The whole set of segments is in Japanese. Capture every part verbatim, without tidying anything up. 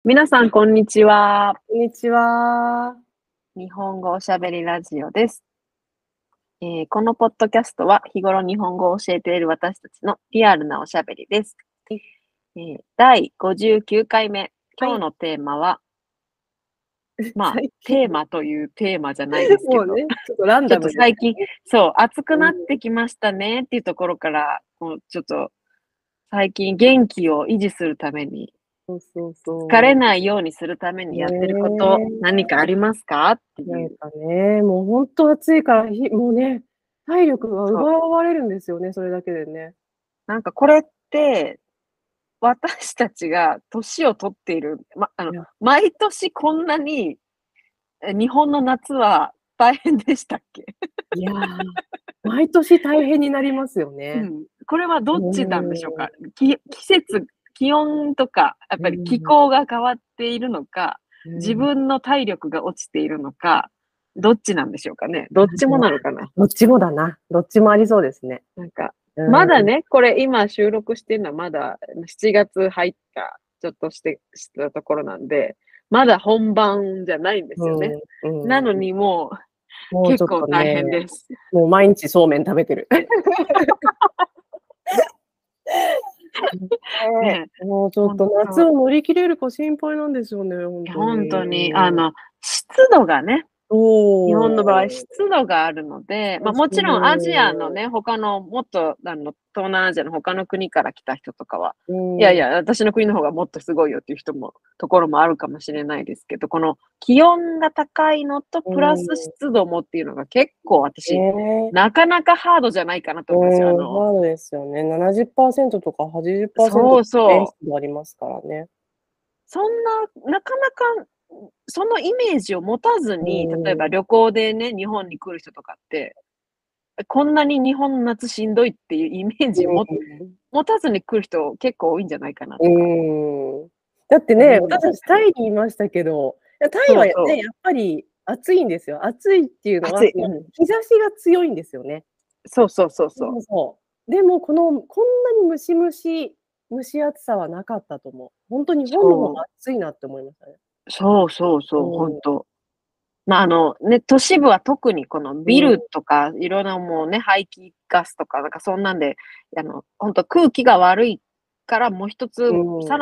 皆さん、こんにちは。 こんにちは。 日本語おしゃべりラジオです。えーこのポッドキャストは、日頃日本語を教えている私たちのリアルなおしゃべりです。 はいえーだいごじゅうきゅうかいめ、今はい。 日のテーマは、まあ、 最近、 テーマというテーマじゃないですけど、 もうね、ちょっとランちょっダムですと最近、 ね。 そう、暑くうん、 なってきましたねっていうところから、もうちょっと最近元気を維持するために、 そうそう疲れそないようにするためう。 にやってること、 ね何かありますかってえ。ないう。 んかね、もうほんと暑いから、ひもうね、体力が奪そう。 われるんですよね、それだけでね。 なんかこれって、私たちが年を取っている、ま、あの、 いや、 毎年こんなに、え、日本の夏は大変でしたっけ？ いや、毎年大変になりますよね。 うん。これはどうっちなんでしょうーん。 か？き季節、気温とか、やっうぱり気ん、 候が変わっているのか、自うん。 分の体力が落ちているのか、どっちなんでしょうかね？どっちもなのかな？ どっちもだな。どっちもありそうですね。 なんか、 うん。 まだね、これ今収録してるのはまだしちがつ入ったちょっとしてしたところなんで、まだ本番じゃないんですよね。 うん、うん。 なのにもうもうちょっ結構大とね、 変です。 もう毎日そうめん食べてる。ねねえ、 え、もうちょっほんと夏と。 を乗り切れるか心配なんですよね、ほんいや、 とに。 ほんとにあの、湿度がね、日そう。 本の場合、湿度があるので、ま、 そうもちろんアジアのそね、他のもっとあの、東南アジアの他の国から来た人とかは、 う。うん。 いやいや、私の国の方がもっとすごいよっていう人もところもあるかもしれないですけど、この気温が高いのとうプラスん。 湿度もっていうのが結構私、 ね。 なかなかハードじゃないかなと思うんですよ。あうん、 のハードですよね。ななじゅっパーセントとかはちじゅっパーセントそうね、 そう。 湿度ありますからね。 そんな、なかなか、そのイメージを持たずに、例えうん。 ば旅行でね、日本に来る人とかってこんなに日本の夏しんどいっていうイメージをも持たずに来る人結構多いんじゃないかなうとかん。うん。だってね、 思うん私たちですけど。 タイにいましたけど、いや、タイはね、 そうそう。 やっぱり暑いんですよ。暑いっていうのは、 暑い。 その、 うん。 日差しが強いんですよね。 そうそうそうそうそう。 そうそう。でも、この、こんなにムシムシ蒸し暑さはなかったと思う。ほんと日本の方そう。 が暑いなって思いましたね。 そうそうそう、ほんうん。 と。まあ、あの、ね、都市部は特にこのビうん、 ルとかいろんなもうね、排気ガスとかなんかそんなんで、あの、ほんと空気が悪いから、もう一つうん。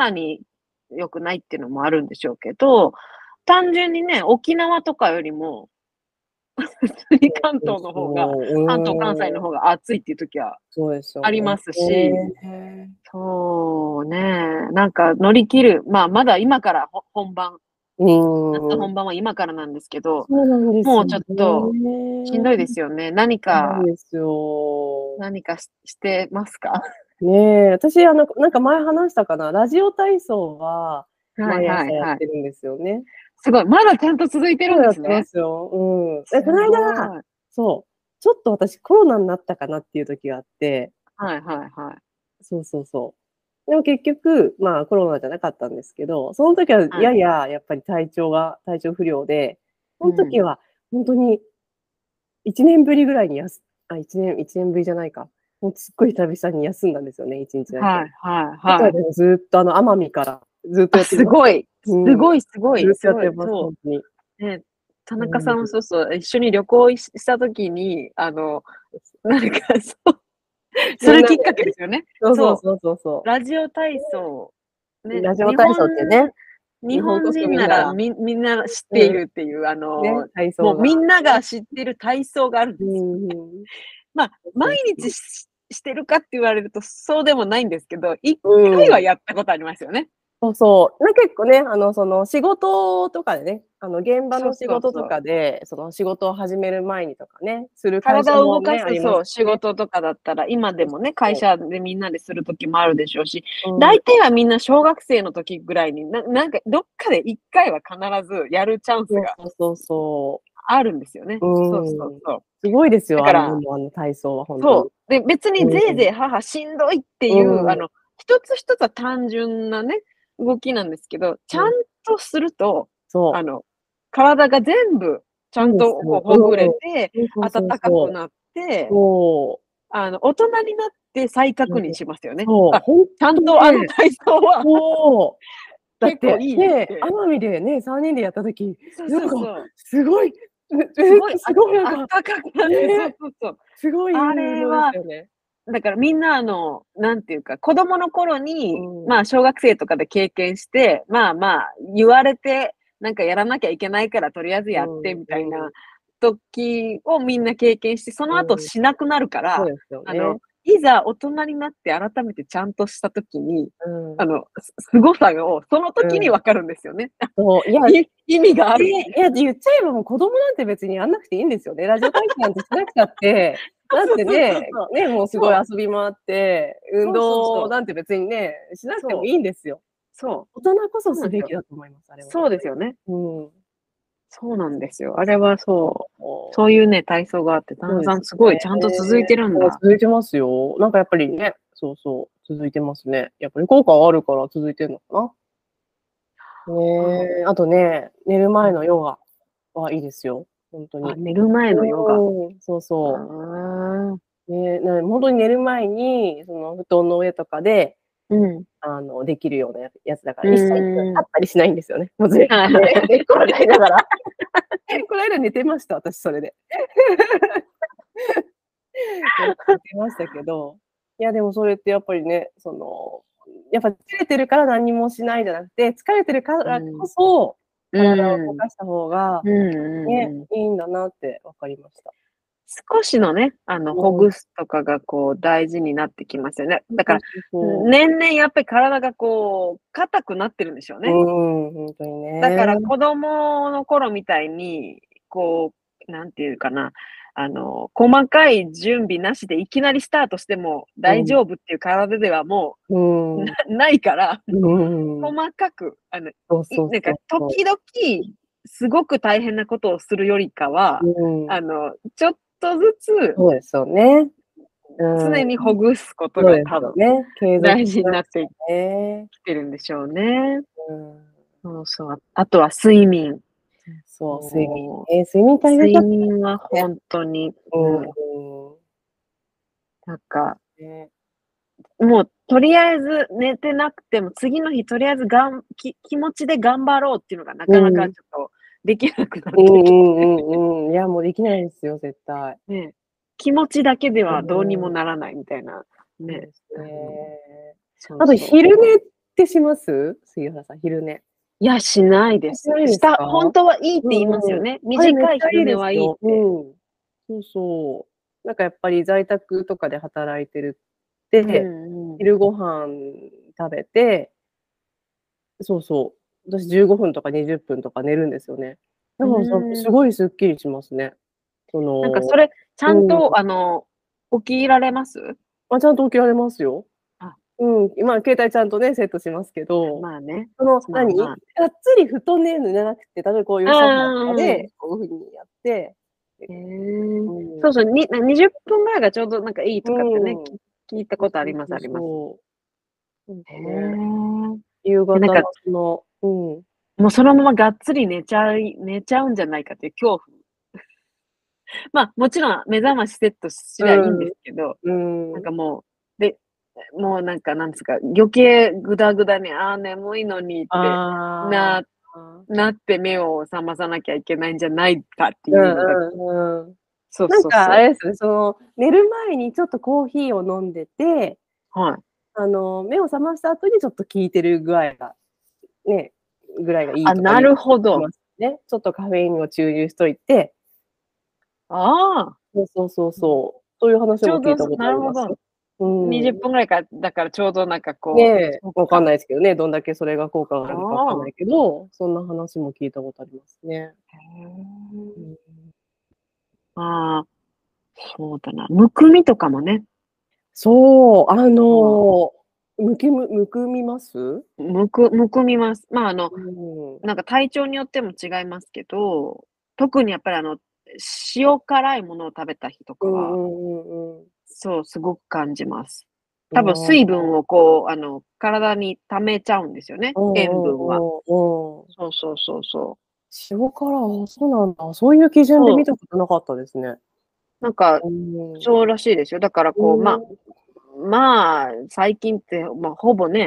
さらに良くないっていうのもあるんでしょうけど、単純にね、沖縄とかよりも普通に関そう東の方が、 そう、 関東、関西うーん。 の方が暑いっていう時はそうですよありますし、 ね。 そうね、なんか乗り切る、まあ、まだ今からほ本番、 うーん。 夏本番は今からなんですけど、 そうなんですよもうちょっとしんどいね。 ですよね。何そうなんかですよ。 何かししてますか？ ねえ、私、あの、なんか前話したかな、ラジオ体操ははい毎朝やっはいはい。 てるんですよね。 すごい、まだちゃんと続いてまだやってまるんですね。 すよ。うん。 すで、この間、 ごい。 そう、ちょっと私コロナになったかなっていう時があって、 はいはいはい。 そうそうそう。でも結局、まあ、コロナじゃなかったんですけど、その時ははい。 やややっぱり体調が体調不良で、そうん。 の時はほんとにいちねんぶりぐらいにやすあ、いちねんいちねんぶりじゃないか。ほんとすっごい久々に休んだんですよね、いちにちだけ。 はいはいあとははい。 でもずっとあの奄美からずっとあ、 やってます。 すごい。 うん。 すごいすごい、 ずっとすごい。 やってます、ほそんとに。 う。ね、田うん。 中さんもそうそう、一緒に旅行いしした時に、あの、なんかそう、そみんなで、 れきっかけですよね。そそうそうそうそうう。 そラジオ体操、 う。 ね、 ラジオ体日本操ってね、 日日本本人国民なら、 ならみみんな知っていうん、 るっていう、あね、 の、 体操がもうみんなね。 が知ってる体操があるんうですよ。 んうん。 まあ、 そう毎そうそう。 日ししてるかって言われるとそうでもないんですけど、いっかいはうん。 やったことありますよね。 そうそう。ね、結構ね、あの、その、仕事とかでね、あの、現場そうの仕事とそうそう。 かで、その、仕事を始める前にとかね、する会社体を動もね、ありまかす、そう、仕すよね。 事とかだったら、今でそうもね、会そうそ社でみんなでする時もあるでしょうし、 う。うん。 大体はみんな小学生の時ぐらいに、ななんかどっかでいっかいは必ずやるチャンスそうがそうそうそあるんですよね。 う。 そうそううーん。 そう。 すごいですよ、あれでだからも、あの体操はほんとに。 そう。で、別にぜいうん。 ぜいははしんどいっていう、 うん。 あの、一つ一つは単純なね、動きなんですけど、ちゃんうん。 とすると、 そう。 あの、体が全部ちゃそうんとですよ。 こうほぐれうん。 て、 そうそう暖そうそう。 かくなって、 そう。 あの、大人になって再うん。 確認しますよね。 そう、 あ、 ほんちゃんとね、 とあの体操はそう。 だって、 結構いいっね、 て。 奄美でね、さんにんでやった時、 そうなんかそうそう。 すごい、めすごい、 すごいあなんか、 あったかくなって、そうね、 そうそう。 すごいいいあ運動でしれは、 たよね。 だからみんなあの、なんていうか、子供の頃に、 うん。 まあ、小学生とかで経験して、まあまあ、言われて、なんかやらなきゃいけないからとりあえずやってうんみたいなうん。 時をみんな経験して、その後うん。 しなくなるから、 そうですよあの、 ね。 いざ大人になって改めてちゃんとした時に、 うん。 あの、す凄さをその時にうん。 分かるんですよね。 そう、いや、 い意味があるっね、 て。 いや、言っちゃえばもう子供なんて別にやんなくていいんですよね。ラジオ体操なんてしなくたって、だっそうそうそうてね、 そう。 ね、もうすごいそう。 遊び回って、運そうそうそう。 動なんて別にね、しなくてもいそう。 いんですよ。 そう。 大人こそすべきそうなんですよ。 だと思います、あれはほんそうですよね。 とに。うん。 そうなんですよ。あれはそう、 もう、 そういうね、体操があって、旦那さんそうですすごいちゃんと続いね。 てるんそう、 だ。 続いてますよ。なんかやっぱりね、そうそう、続いてますね。やっぱり効果はあるから続いてんのかな。 あ、 ね、あとね、寝るうん。 前のヨガはいいですよ、ほんとあ、 に。 寝る前のヨガ。 うーん、そうあそう。 あ。 ね、なほんとに寝る前に、その布団の上とかで、 うん。 あの、できるようなややつだかうら、一切立ーん。 ったりしないんですよね。もうずっとはいはい。 ね、寝っ転がりながら。こないだ寝てました、私それで。ね、寝てましたけど、いやでもそれってやっぱりね、その、やっぱ疲れてるから何にもしないじゃなくて、疲れてるからこうん。 そ、 う体を動ーん。 かした方が、 うんうんね、 うん。 いいんだなって分かりました。 少しのね、あの、ほうん。 ぐすとかがこう大事になってきますよね。 そうそうだから、 そうそう。 年々やっぱり体がこう硬くなってるんでしょううね。 ーん、ほんとにだからね。 子供の頃みたいに、こう、なんていうかな、あの、細かい準備なしでいきなりスタートしてもうん。 大丈夫っていう体ではもうう、なーん。 ないから、 うーん。 細かく、あの、 そうそういなんかそうそう。 時々すごく大変なことをするよりかは、 うーん。 あの、ちょっとずつそうですよね。うーん。 常にほぐすことそうですが多分よね。継続大しなくち事になってゃね。 きてるんでしょうね。 うーん。 そうそう、あとは睡眠。 そう、睡眠もね、睡眠大う、睡切だと眠はね。 ほんとに、 ううん。 ん、うーん。 なんかね。 もうとりあえず寝てなくても、次の日とりあえずがんき気持ちで頑張ろうっていうのがなかなかうん。 ちょっとできなくなっうんうてきて。 んうんうん。いや、もうできないですよ、絶対。 ね、気持ちだけでうはどうにもーん。 ならないみたいな、ね、 そうですあの、 ね。あとそうそう。 昼寝ってします？杉原さん、昼寝。 いや、しないであ、しす。 ないですか？ したほんとはいいって言いますうんうん。 よね。 あれめっち短い昼ゃいい寝はいいっですよ。うて。 ん。そうそう。なんかやっぱり在宅とかで働いてるうで、 んうん。 昼ご飯食べてそうそう。私じゅうごふんとかにじゅっぷんとか寝るんですよね。だうからさ、 ーん。 すごいすっきりしますね。そのなんかそれ、ちゃんうん。 とあの、起きられます？ あ、ちゃんと起きられますよ。 あ。 うん、ま、携帯ちゃんとね、セットしますけあ、 ど、 まあね。 その、何、 まあまあ。 がっつり布団で寝なくて、例えばこういうんうソファーとかうんうんうん。 で、こういう風にやって、え、 へえ。 うん。 そうそう、になにじゅっぷんぐらいがちょうどなんかいいとかってね、 うん。 き聞いたそうことありそうそうますあります。 そう。なんへかね、 え。で、なんか夕方のそのうん。 もうそのままがっつり寝ちゃい寝ちゃうんじゃないかっていう恐怖。ま、もちろん目覚ましセットすりゃいいんでうん。 すけど、 うん。 なんかもう、で、もうなんかなんですか、余計ぐだぐだに、ああ、眠いのにってあなあ。 なって目を覚まさなきゃいけないんじゃないかってうんいうのがうんうん。 そうなんそうそう。 かあれですよね、その、寝る前にちょっとコーヒーを飲んでてはい。 あの、目を覚ました後にちょっと効いてる具合がね、ぐらいがいいあ、 とかいうなるほど。 聞きますね。ちょっとカフェインを注入しといてああ。 そうそうそううん。 そう。そういう話ちょうど、そも聞いたことなるほど。 ありますよ。うにじゅっーん。 ぷんぐらいかだからちょうどなんかこう、 ねえ、分かんそっか。 ないすけどね、どんだけそれが効果がああるのか分かんなあ。 いけど、そんな話も聞いたことありますね。 へうえ。 ん。 ああ、そうだな、むくみとかもね。 そう、あああ。 の、むきむむくみます？ むくむくみます。まあ、あの、 うーん。 なんか体調によっても違いますけど、特にやっぱりあの、塩辛いものを食べた日とうかはんうんうんうん。 そう、すごく感じます。 あ多分水分あ。 をこう、あの、体に溜めちゃうんですよね、 うん塩分は。 うんうんうん。 そうそうそうそう。 塩辛、あ、そうなんだ。そういう基準でそう。 見たことなかったですね。 なんか、 うーん。 そうらしいですよ。だからうこう、まーん。 まあ、最近って、ま、ほぼね、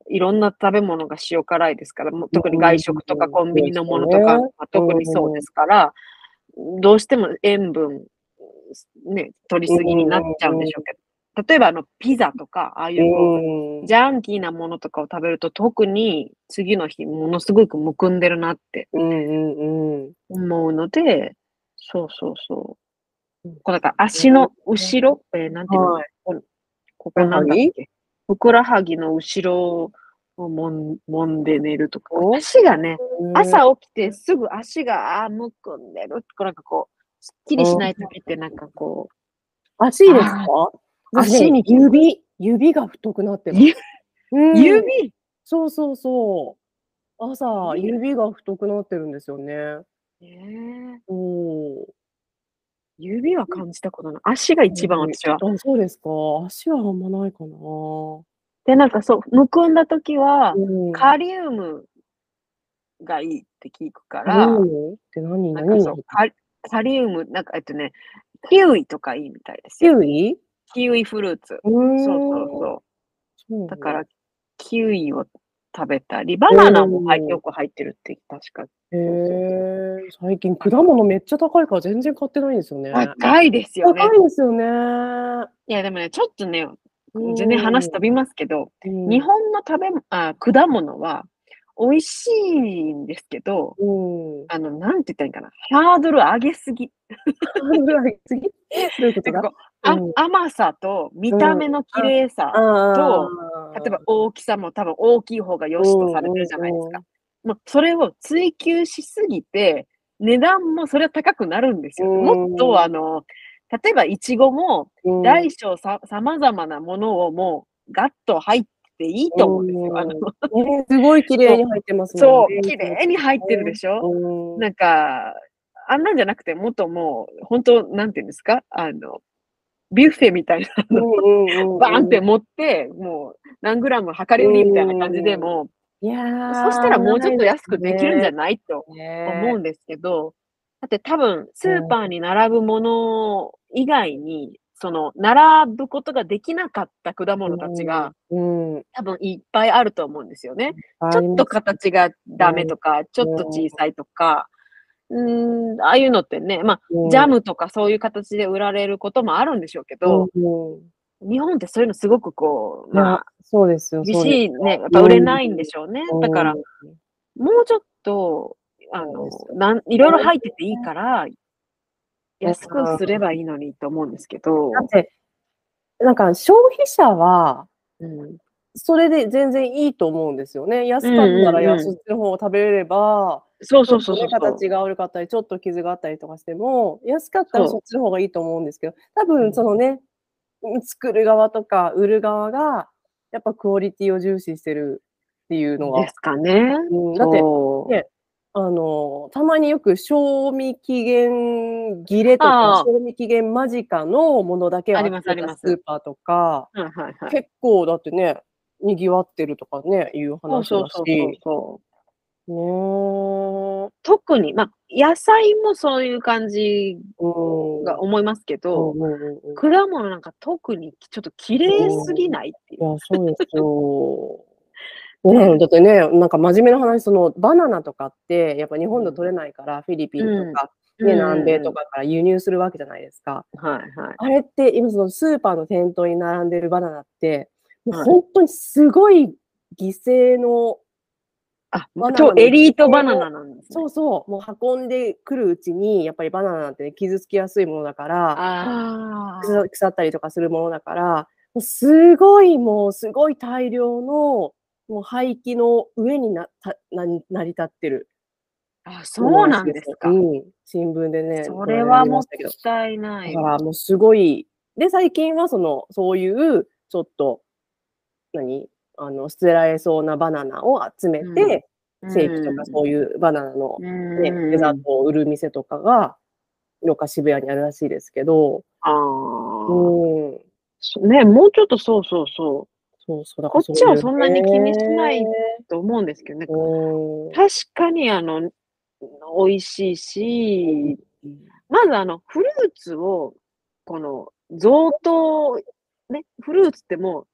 いろんな食べ物が塩辛いですから、もう特に外食とかコンビニのものとか、 そうですよね。 ま、特にそうですから、どうしても塩分、ね、摂りうんすぎになっちゃうんうんうん。 でしょうけど、例えばあのピザとか、ああいうこうう、 ん。 ジャンキーなものとかを食べると、特に次の日ものすごくむくんでるなってうんうんうん。 思うので、そうそうそう。 そうこうなんかですね。 足の後ろ、ええ、なんていうの、 はい。 こここふくらはぎ？ なんだっけ、ふくらはぎの後ろをもん揉んで寝るとか、こうお、 足がね、 へえ。 朝起きてすぐ足が、ああ、むくんでる、こうなんかこう、すっきりしうん。 ない時ってなんかこう、 足ですあか？ あ、 私ね、 足にきます。 指指が太くなってまゆす。うん。 指？ そうそうそう。朝、 指が指が太くなってるんですよね。 へえ。 そう。 指は感じたことない。足が一番私は。 あ、そうですか。足はあんまないかな。 で、なんかそう、むくんだ時は、 うん。 カリウムがいいって聞くかカリウら、 ムって何なんかそう、 何に入ってカカリウム、なんかえっとね、キウイとかいいみたいですキよ。 ウイ？ キウイフルーツ。 うそうそうーん。 そう。 そうなんだ。 だから、キウイを食べたり、バうナナもはいーん。 よく入ってるって確か。 へそうそうそう。 え、最近果だから、 物めっちゃ高いから全然買ってないんですよね。 高いですよね。 高いですよね。 いやでもね、ちょっとね、 う全然話ーん。 飛びますけど、 うん。 日本の食べあ、果物は美味しいんですけど、 うん。 あの、なんて言ったらいいんかな、ハードル上げすぎ。 ハードル上げすぎ？どういうことだ？ なんかこう、あうん。 甘さと見うん。 た目の綺あ、 麗さああと、例えばあ。 大きさも多分大きい方が良しとうんされてるじゃないですか。 うんうん。 もうそれを追求しすぎて、値段もそれは高くなるんですうよね。もっとーん。 あの、例えばイチゴもうん。 大小さ様々なものをもうガッと入っていいうと思うんですよ。あの、 ーん。ね、すごい綺麗もに入ってまう、 すもんね、 そう、綺いつも麗に入ってるね。 でしょ。 うーん。 なんか、あんなんじゃなくて、もっともう、ほんと、なんて言うんですか、あのビュッフェみたいなあの、 うんうんバーンってうんうん。 持って、もう何グラム量りう売りみたいな感じでーん。 も、 いや、 そしたらもうちょっとないです安くできるんじね。 ゃないと思ね。 うんですけど、だって多分スうん。 ーパーに並ぶもの以外に、その並ぶことができなかった果う物たちが、 ーん、うん。 多分いっぱいあると思うんですよね。ちょっとあります。 形がうダメん、 とか、ちょっとうん、 小さいとか、うーん、ああいうのってね、ま、ジうん、 ャムとかそういう形で売られることもあるんでしょうけうど、 んうん。 日本ってそういうのすごくこう、 いや、 まあ、 そうですよ厳そうですしいね、やっぱ売よ。 れないんでしょうね。 うん、 だから、 うん。 もうちょっと、あの、 そうですよなん色々入ってていいから、 ね。 安くすればいいのにと思うんですけど。 だって、なんか消費者は、 うん。 それで全然いいと思うんですよね。 うん安かったらうんうん。 安っちの方を食べれれば、 そうそうそうちょっとね、 そうそう。 形が悪かったり、ちょっと傷があったりとかしても、安かったらそそっちの方がいいと思うんですけど、多う。う分そん。 のね、うん、作る側とか売る側が、やっぱクオリティを重視してるっていうのは、 ですかね。 うん、だって、 そう。 ね、あの、たまによく賞味期限切れとか、 ああ、 賞味期限間近のものだけをあります集めたスあります。 ーパーとか、 はいはいはい。 結構だってね、賑わってるとかね、いうそう話だそうそうそうし。 そう。 ねえ。 特に、ま、野菜もそういう感じうーん。 が思いますけど、 うんうんうんうん。 果物なんか特にちょっと綺麗すぎうーん。いないっていう。 や、そうですよ。ね、 ね。 だってね、なんか真面目な話、そのバナナとかって、やっぱ日うん。 本で取れないから、フィリピンとうん。 か、 うんね、南米うんうん。 とかから輸入するわけじゃないですか。 はいはい。 あれって今そのスーパーの店頭に並んでるバナナって、もうはい。 ほんとにすごい犠牲のあ、 バナ超エナの犠リートバ牲の、 ナナなんですね。 そうそう、もう運んでくるうちに、やっぱりバナナなんてね、傷つきやすいものだから、くさああ。 腐ったりとかするものだから、もうすごいもうすごい大量の、もう廃棄の上になたな成り立ってるあ、 ものそうなんらしいですよ。 ですか。 うん。新聞でね、 そこの間れはもっ見ましたけど。 たいないわ。 だからもうすごい、で、最近はその、そういうちょっと、何、あの、捨てられそうなバナナを集めうん。 て、 うシェイクとかん。 そういうバナナのうんね、 うんうん。 デザートを売る店とかが、どっか渋谷にあるらしいですけど、 あうあ。 ーん。 そね、もうちょっとそうそうそう。 そうそう、だかこっらそういうちはそんなに気にしないね。 と思うんですけどね。 うーん。 確かにあの、美味しいし、 うん。 まずあの、フルーツを、この、贈答ね、フルーツってもう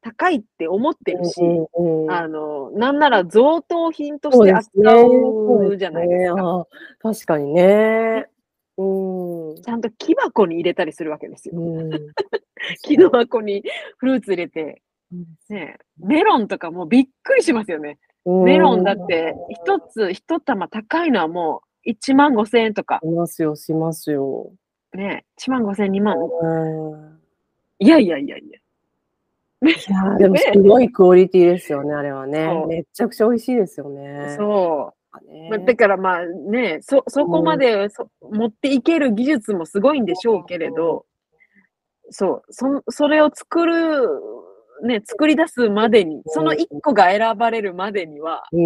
高いって思ってるし、 うんうん、 あの、なんなら贈答品としてそうですね。 扱そうですうじゃないですね。 か。 ああ、確かにね。うん。 ちゃんと木箱に入れたりするわけですよ。 うん。 木の箱にフルーツ入れて、ね、メロンとかもうびっくりしますよね。メロンだって一つ一玉高いのはもういちまんごせんえんとか。 しますよ、しますよ。 ね、いちまんごせんえん、にまん。 うん。 いやいやいやいや。 いや、でもすね。 ごいクオリティですよね、あれはね。 そう。 めっちゃくちゃ美味しいですよね。 そう。ま、だね。 からまあね、そそこまで、そ持っていける技術もすごいんでしょうけれど、そう、そんそれを作る、ね、作り出すまでに、そのいっこが選ばれるまでには、 うん。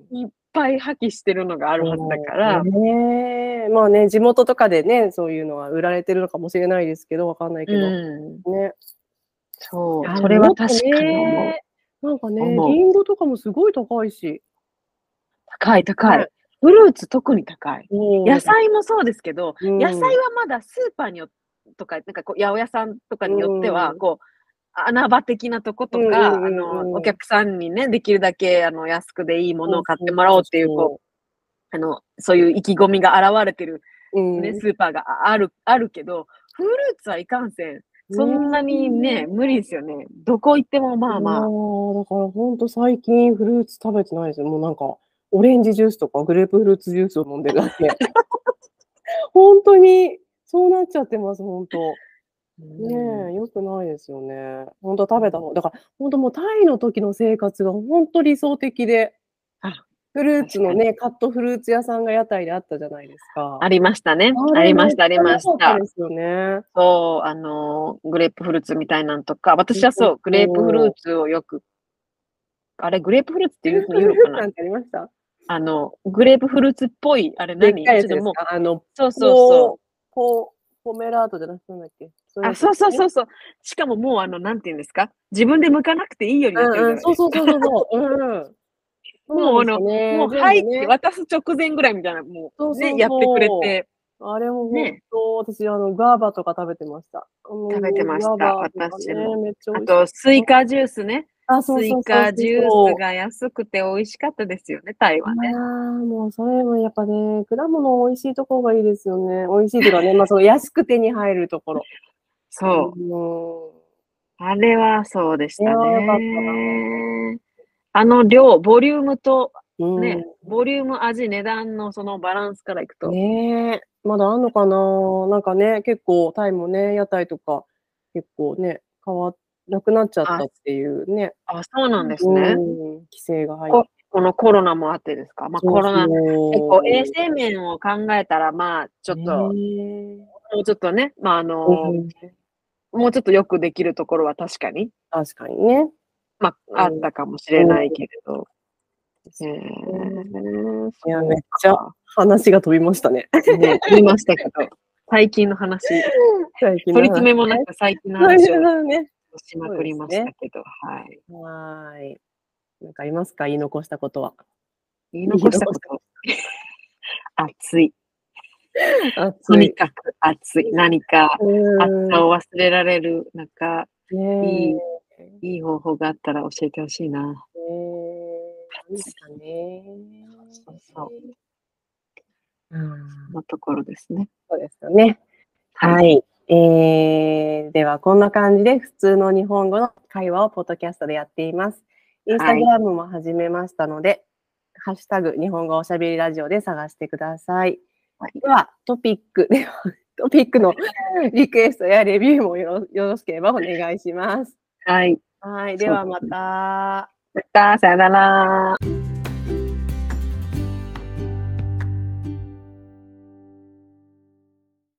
いっぱい破棄してるのがあるはずだかそうら、 ね。まあね、地元とかでね、そういうのは売られてるのかもしれないですけど、わかんないけど。 うん。 ね。 そう、 あ、 それはもっと確かに思う。 ね、なんかね、 思う。 リンゴとかもすごい高いし。 高い高い。 ね。 フルーツ特に高い。 うん。 野菜もそうですけど、 うん。 野菜はまだスーパーによとか、なんかこう、八百屋さんとかによっては、 うん。 こう、穴場的なとことうんうんか、あの、 うんうん。 お客さんにね、できるだけあの、安くでいいものを買っそうそうてもらおうっていう、こう、 そあの、そういう意気込みが現れてるう。うね、 ん。 スーパーがああるあるけど、フルーツはいかんせん、そねんなにね、無理ですよね。どこ行ってもいや、 まあまあ。 だからほんと最近フルーツ食べてないですよ。もうなんか、オレンジジュースとかグレープフルーツジュースを飲んでるだけ。ほんとにそうなっちゃってます、ほんと。 うねん。 え、良くないですよね。ほんとは食べた方だからほんともうタイの時の生活がほんと理想的で、 あ、 フルーツ確かに。 のね、カットフルーツ屋さんが屋台であったじゃないですか。 ありましたね。 あれめっちありましたありゃ良ました。 かったですよね。 そう、あの、グレープフルーツみたいなんとか、私はそうそう、グレープフルそう。 ーツをよくあれ、グレープフルーツって言うグレープフ言うのかな？ ルーツなんてありました？ あの、グレープフルーツっぽい、あれでっかい何？ちょっともうやつですか？あの、 そうそうそう。 ポポポメラートじゃなくてなんだっけ？そういうあ、 やつそうそうね。 そうそう。しかももうあの、何て言うんですか、自分で剥かなくていいようになってるうんうん、 じゃないですか。 そうそうそうそうそう。うん。そうなんですもうあの、 よね。 もう全部 「はい」ってね。 渡す直前ぐらいみたいな、もうね、 そうそうやってくれそて、 う。あれもほんね、 と、私あの、グアバとか食べてました。あ食べての、グアました、 バとかね、 私も。 めっちゃ美味しかっあとスイた。 カジュースね。 あ、そうスイそうそうそうカジュースそう。 が安くて美味しかったですよね、タイいや、 はね。 もうそれもやっぱね、果物美味しいとこがいいですよね。美味しいっていうかね、ま、その安く手に入るところ。うそう。 ーん。 あれはそうでしいや、 た良かったな。 ね。あの量、ボリュームと、 うーね、 ん。 ボリューム、味、値段のそのバランスからいくと、 ね、まだあんのかな。なんかね、結構タイもね、屋台とか結構ね、変わなくなっちゃっあ、 たっていうね。 あ、そうなんですうね。 ーん、規制が入っここのコロナもあってですか？ま、 そうコロナ結構衛そう。 生面を考えたら、まあ、ちょっと、 ね。 もうちょっとね、まあ、あうの、 ん。 もうちょっとよくできるところは確かに、 確かにね。 ま、あっうん。 たかもしれうん。 ないけれど。へえ、 いや、 そうめっちゃか。 話が飛びましたね。 ね、飛びましたけど、最近の話、 最近の話取り詰めもなね。 く最近のそう話をいうのね。そうしまくりですね。 ましたけど、はい。 はい。なんかありますか？言い残したことは。 言い言い残したこと、 残したこ暑い。 と。 と暑い。 にかく暑い。何かう暑ーん。 さを忘れられる、なんか、いいねえ。 いい方法があったら教えて欲しいな。 ねえ、なんです暑い。 かね。 そうそう。 うそん。 のところですね。 そうですよね。 はい。 はい。ええ、ではこんな感じで普通の日本語の会話をポッドキャストでやっています。インスタはい。 グラムも始めましたので、ハッシュタグ日本語おしゃべりラジオで探してください。 はい。 では、トピックではトピックのリクエストやレビューもよろよろしければお願いします。 はい。 はい、でそうですね。 はまた。 また、さよなら。